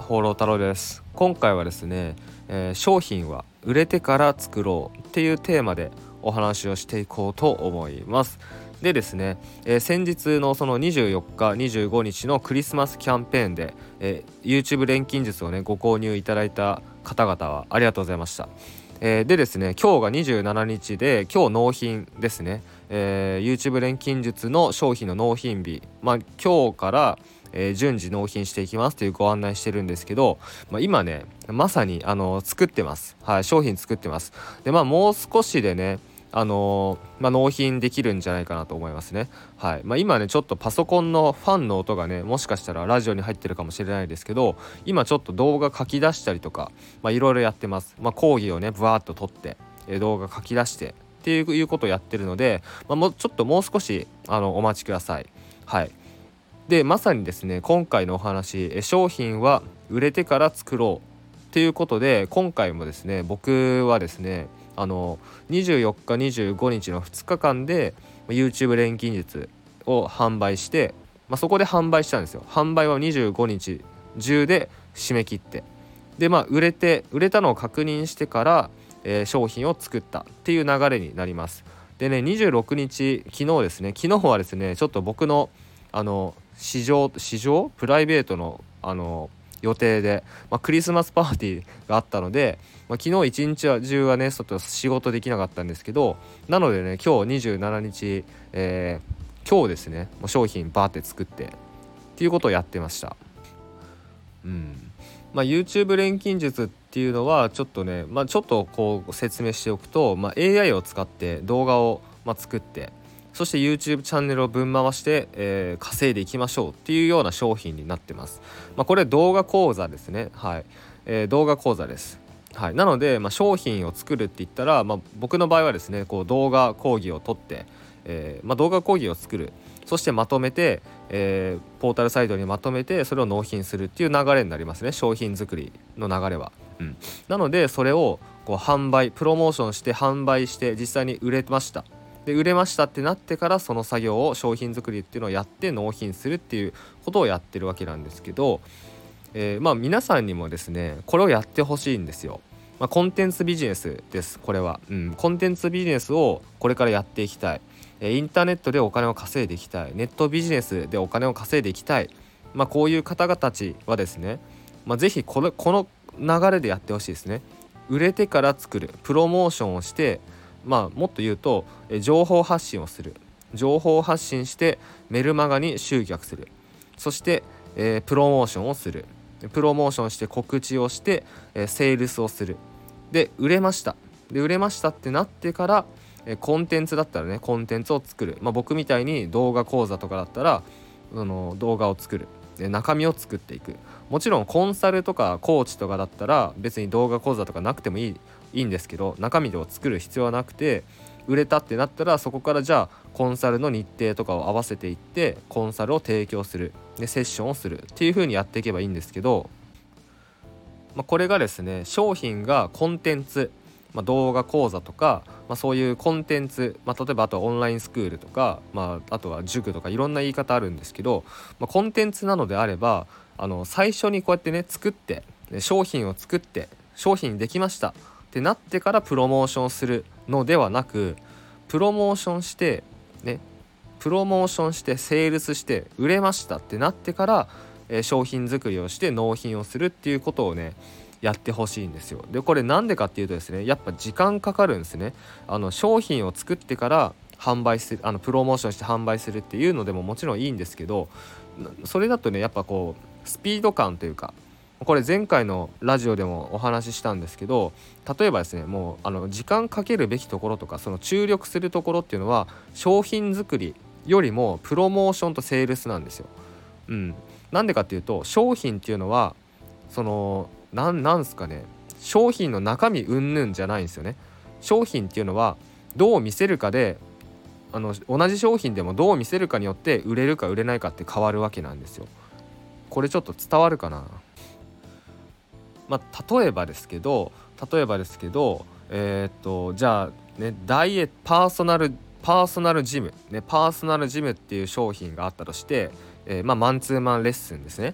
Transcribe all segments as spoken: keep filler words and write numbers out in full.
放浪太郎です。今回はですね、えー商品は売れてから作ろうっていうテーマでお話をしていこうと思います。でですね、えー先日のそのにじゅうよっかにじゅうごにちのクリスマスキャンペーンで、えー YouTube 錬金術をねご購入いただいた方々はありがとうございました。えーでですね、今日がにじゅうしちにちで、今日納品ですね。えー YouTube 錬金術の商品の納品日、まあ今日からえー順次納品していきますというご案内してるんですけど、まあ、今ねまさにあの作ってます。はい、商品作ってます。でまあもう少しでねあのーまあ、納品できるんじゃないかなと思いますね。はい、まあ、今ねちょっとパソコンのファンの音がねもしかしたらラジオに入ってるかもしれないですけど、今ちょっと動画書き出したりとかいろいろやってます。まあ、講義をねブワーッと撮って、えー動画書き出してっていういうことをやってるので、まあ、もうちょっともう少しあのお待ちください。はい。でまさにですね、今回のお話、え商品は売れてから作ろうということで、今回もですね僕はですねあのにじゅうよっかにじゅうごにちのふつかかんで YouTube 錬金術を販売して、まあ、そこで販売したんですよ。販売はにじゅうごにち中で締め切って、でまあ売れて売れたのを確認してから、えー商品を作ったっていう流れになります。でね、にじゅうろくにち昨日ですね、昨日はですねちょっと僕のあの市場市場プライベートのあの予定で、まあ、クリスマスパーティーがあったので、まあ、昨日一日中はねちょっと仕事できなかったんですけど、なのでね今日にじゅうしちにち、えー今日ですねもう商品バーって作ってっていうことをやってました。うんまあ、YouTube 錬金術っていうのはちょっとね、まあ、ちょっとこう説明しておくと、まあ、エーアイ を使って動画をまあ作って、そして YouTube チャンネルをぶん回して、えー稼いでいきましょうっていうような商品になってます。まあ、これ動画講座ですね。はい、えー動画講座です。はい、なので、まあ、商品を作るって言ったら、まあ、僕の場合はですねこう動画講義を撮って、えーまあ、動画講義を作る、そしてまとめて、えーポータルサイトにまとめてそれを納品するっていう流れになりますね、商品作りの流れは。うん、なのでそれをこう販売プロモーションして販売して実際に売れました。で売れましたってなってから、その作業を商品作りっていうのをやって納品するっていうことをやってるわけなんですけど、えーまあ皆さんにもですねこれをやってほしいんですよ。まあ、コンテンツビジネスですこれは、うん、コンテンツビジネスをこれからやっていきたい、えーインターネットでお金を稼いでいきたい、ネットビジネスでお金を稼いでいきたい、まあ、こういう方々たちはですね、まあ、ぜひこれこの流れでやってほしいですね。売れてから作る、プロモーションをして、まあもっと言うと、えー情報発信をする、情報発信してメルマガに集客する、そして、えープロモーションをする、プロモーションして告知をして、えーセールスをする。で売れました。で売れましたってなってから、えーコンテンツだったらねコンテンツを作る、まあ、僕みたいに動画講座とかだったらあの動画を作る、で中身を作っていく。もちろんコンサルとかコーチとかだったら別に動画講座とかなくてもいいいいんですけど、中身を作る必要はなくて、売れたってなったらそこからじゃあコンサルの日程とかを合わせていってコンサルを提供する、でセッションをするっていう風にやっていけばいいんですけど、まあ、これがですね商品がコンテンツ、まあ、動画講座とか、まあ、そういうコンテンツ、まあ、例えばあとはオンラインスクールとか、まあ、あとは塾とかいろんな言い方あるんですけど、まあ、コンテンツなのであればあの最初にこうやってね作って商品を作って商品できましたってなってからプロモーションするのではなく、プロモーションしてねプロモーションしてセールスして売れましたってなってから、えー商品作りをして納品をするっていうことをねやってほしいんですよ。でこれなんでかっていうとですね、やっぱ時間かかるんですね。あの商品を作ってから販売する、あのプロモーションして販売するっていうのでももちろんいいんですけど、それだとねやっぱこうスピード感というか、これ前回のラジオでもお話ししたんですけど、例えばですねもうあの時間かけるべきところとかその注力するところっていうのは商品作りよりもプロモーションとセールスなんですよ。うん、なんでかっていうと商品っていうのはそのなんなんすかね、商品の中身云々じゃないんですよね。商品っていうのはどう見せるかで、あの同じ商品でもどう見せるかによって売れるか売れないかって変わるわけなんですよ。これちょっと伝わるかな。まあ例えばですけど例えばですけどえーっとじゃあねダイエットパーソナルパーソナルジムねパーソナルジムっていう商品があったとして、えーまあマンツーマンレッスンですね。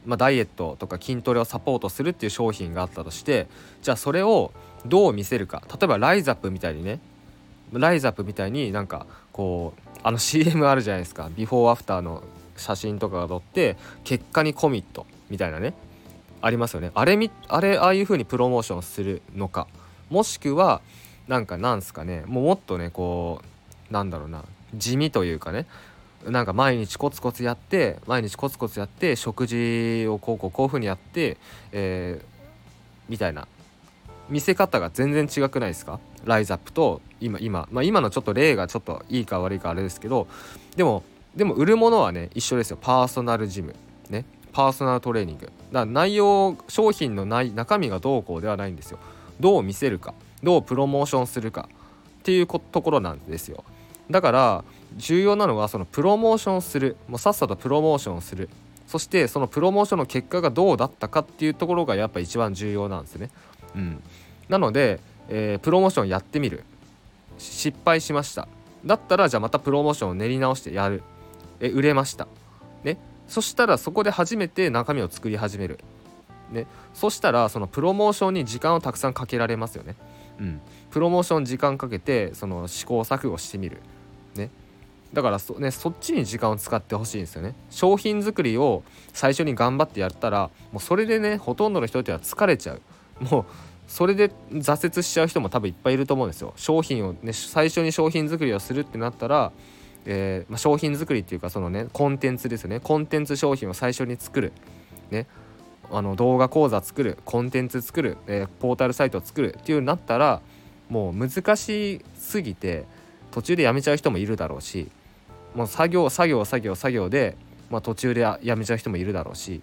まあ、ダイエットとか筋トレをサポートするっていう商品があったとして、じゃあそれをどう見せるか。例えばライザップみたいにねライザップみたいになんかこうあの シーエム あるじゃないですか。ビフォーアフターの写真とかが載って結果にコミットみたいなねありますよね。あれみあれああいう風にプロモーションするのか、もしくはなんかなんすかね、もうもっとねこうなんだろうな、地味というかね、なんか毎日コツコツやって毎日コツコツやって食事をこうこうこういう風にやって、えー、みたいな見せ方が全然違くないですか。ライズアップと今今、まあ、今のちょっと例がちょっといいか悪いかあれですけど、でもでも売るものはね一緒ですよ。パーソナルジムね、パーソナルトレーニングだから内容商品のない中身がどうこうではないんですよ。どう見せるか、どうプロモーションするかっていうところなんですよ。だから重要なのはそのプロモーションする、もうさっさとプロモーションする、そしてそのプロモーションの結果がどうだったかっていうところがやっぱ一番重要なんですね。うん、なので、えー、プロモーションやってみる、失敗しました、だったらじゃあまたプロモーションを練り直してやる、え売れましたね、そしたらそこで初めて中身を作り始めるね、そしたらそのプロモーションに時間をたくさんかけられますよね。うん、プロモーション時間かけてその試行錯誤してみるね。だから そ,、ね、そっちに時間を使ってほしいんですよね。商品作りを最初に頑張ってやったらもうそれでねほとんどの人っては疲れちゃう。もうそれで挫折しちゃう人も多分いっぱいいると思うんですよ。商品をね最初に商品作りをするってなったら、えーまあ、商品作りっていうかそのねコンテンツですよね。コンテンツ商品を最初に作るね、あの動画講座作る、コンテンツ作る、えー、ポータルサイトを作るっていうなったらもう難しすぎて途中でやめちゃう人もいるだろうし、もう作業作業作業作業で、まあ、途中でやめちゃう人もいるだろうし、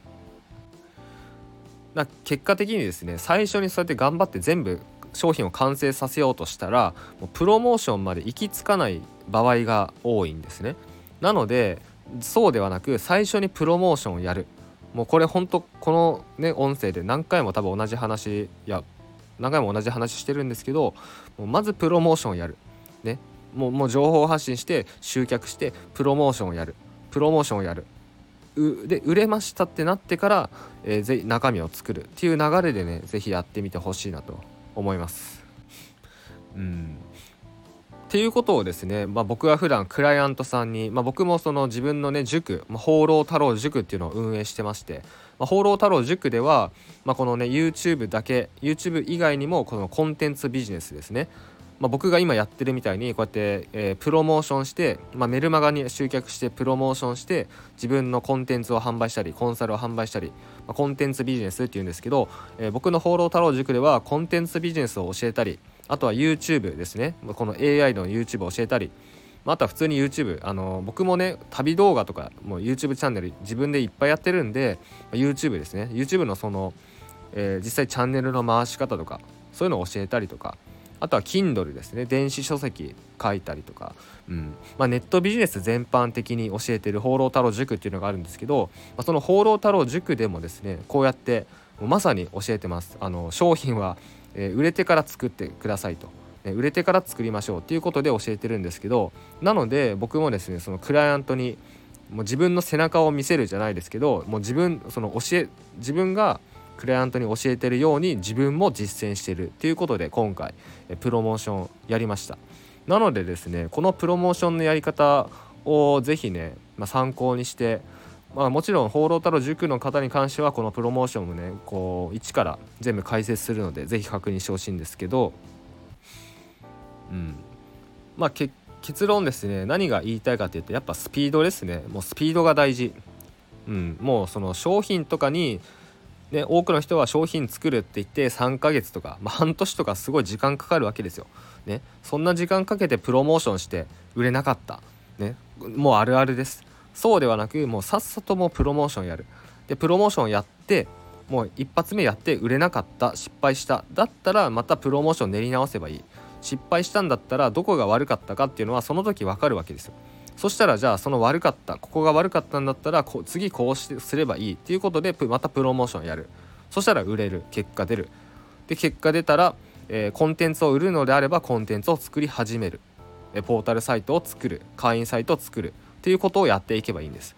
な結果的にですね最初にそうやって頑張って全部商品を完成させようとしたらもうプロモーションまで行き着かない場合が多いんですね。なのでそうではなく最初にプロモーションをやる。もうこれ本当このね音声で何回も多分同じ話や何回も同じ話してるんですけど、もうまずプロモーションをやるね。もう、もう情報発信して集客してプロモーションをやるプロモーションをやるで売れましたってなってから、えー、ぜひ中身を作るっていう流れでねぜひやってみてほしいなと思います。うんっていうことをですね、まあ、僕は普段クライアントさんに、まあ、僕もその自分のね塾、まあ、放浪太郎塾っていうのを運営してまして、まあ、放浪太郎塾では、まあ、このね YouTube だけ YouTube 以外にもこのコンテンツビジネスですね、まあ、僕が今やってるみたいにこうやって、えー、プロモーションして、まあ、メルマガに集客してプロモーションして自分のコンテンツを販売したりコンサルを販売したり、まあ、コンテンツビジネスっていうんですけど、えー、僕の放浪太郎塾ではコンテンツビジネスを教えたり、あとは YouTube ですね、この エーアイ の YouTube を教えたり、あとは普通に YouTube、 あの僕もね旅動画とかもう YouTube チャンネル自分でいっぱいやってるんで YouTube ですね YouTube のその、えー、実際チャンネルの回し方とかそういうのを教えたりとか、あとは Kindle ですね、電子書籍書いたりとか、うんまあ、ネットビジネス全般的に教えてる放浪太郎塾っていうのがあるんですけど、まあ、その放浪太郎塾でもですねこうやってもうまさに教えてます。あの商品は、えー、売れてから作ってくださいと、ね、売れてから作りましょうっていうことで教えてるんですけど、なので僕もですねそのクライアントにもう自分の背中を見せるじゃないですけど、もう自分その教え自分がクライアントに教えてるように自分も実践してるっていうことで今回プロモーションやりました。なのでですねこのプロモーションのやり方をぜひね、まあ、参考にして、まあ、もちろん放浪太郎塾の方に関してはこのプロモーションをねこう一から全部解説するのでぜひ確認してほしいんですけど、うんまあけ結論ですね、何が言いたいかというとやっぱスピードですね。もうスピードが大事、うん、もうその商品とかにね、多くの人は商品作るって言ってさんかげつとか、まあ、半年とかすごい時間かかるわけですよ、ね、そんな時間かけてプロモーションして売れなかった、ね、もうあるあるです。そうではなくもうさっさともうプロモーションやる。でプロモーションやってもう一発目やって売れなかった、失敗した、だったらまたプロモーション練り直せばいい。失敗したんだったらどこが悪かったかっていうのはその時分かるわけですよ。そしたらじゃあその悪かったここが悪かったんだったらこ次こうしすればいいっていうことでまたプロモーションやる。そしたら売れる、結果出る。で結果出たら、えー、コンテンツを売るのであればコンテンツを作り始める、えー、ポータルサイトを作る、会員サイトを作るっていうことをやっていけばいいんです。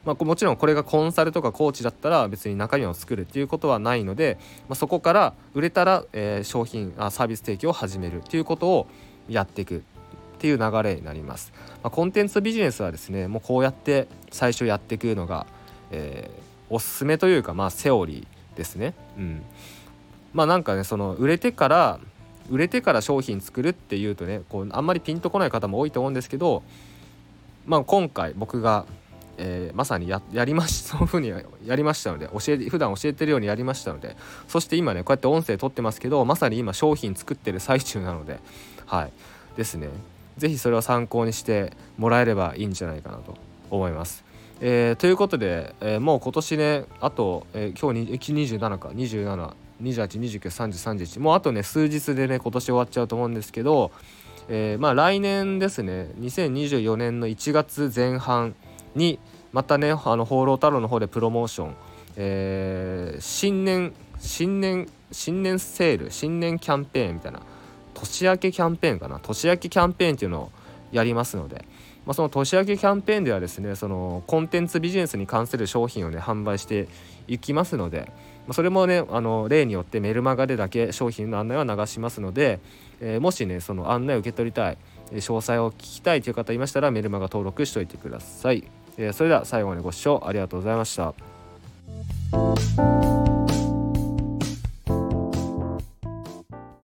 まあ、もちろんこれがコンサルとかコーチだったら別に中身を作るっていうことはないので、まあ、そこから売れたら、えー、商品あサービス提供を始めるっていうことをやっていくっていう流れになります。まあ、コンテンツビジネスはですねもうこうやって最初やっていくのが、えー、おすすめというか、まあセオリーですね。うん、まあなんかねその売れてから売れてから商品作るっていうとねこうあんまりピンとこない方も多いと思うんですけど、まあ今回僕がえー、まさに や, やりましそういうふうにやりましたので教え普段教えてるようにやりましたので、そして今ねこうやって音声撮ってますけどまさに今商品作ってる最中なので、はいですね、ぜひそれを参考にしてもらえればいいんじゃないかなと思います。えー、ということで、えー、もう今年ねあと、えー、今日ににじゅうななかにじゅうなな、にじゅうはち、にじゅうく、さんじゅう、さんじゅういちもうあとね数日でね今年終わっちゃうと思うんですけど、えー、まあ来年ですねにせんにじゅうよねんのいちがつぜん半にまたねあの放浪太郎の方でプロモーション、えー、新年新年新年セール新年キャンペーンみたいな年明けキャンペーンかな年明けキャンペーンっていうのをやりますので、まあ、その年明けキャンペーンではですねそのコンテンツビジネスに関する商品をね販売していきますので、まあ、それもねあの例によってメルマガでだけ商品の案内は流しますので、えー、もしねその案内を受け取りたい詳細を聞きたいという方いましたらメルマガ登録しておいてください。えー、それでは最後までご視聴ありがとうございました。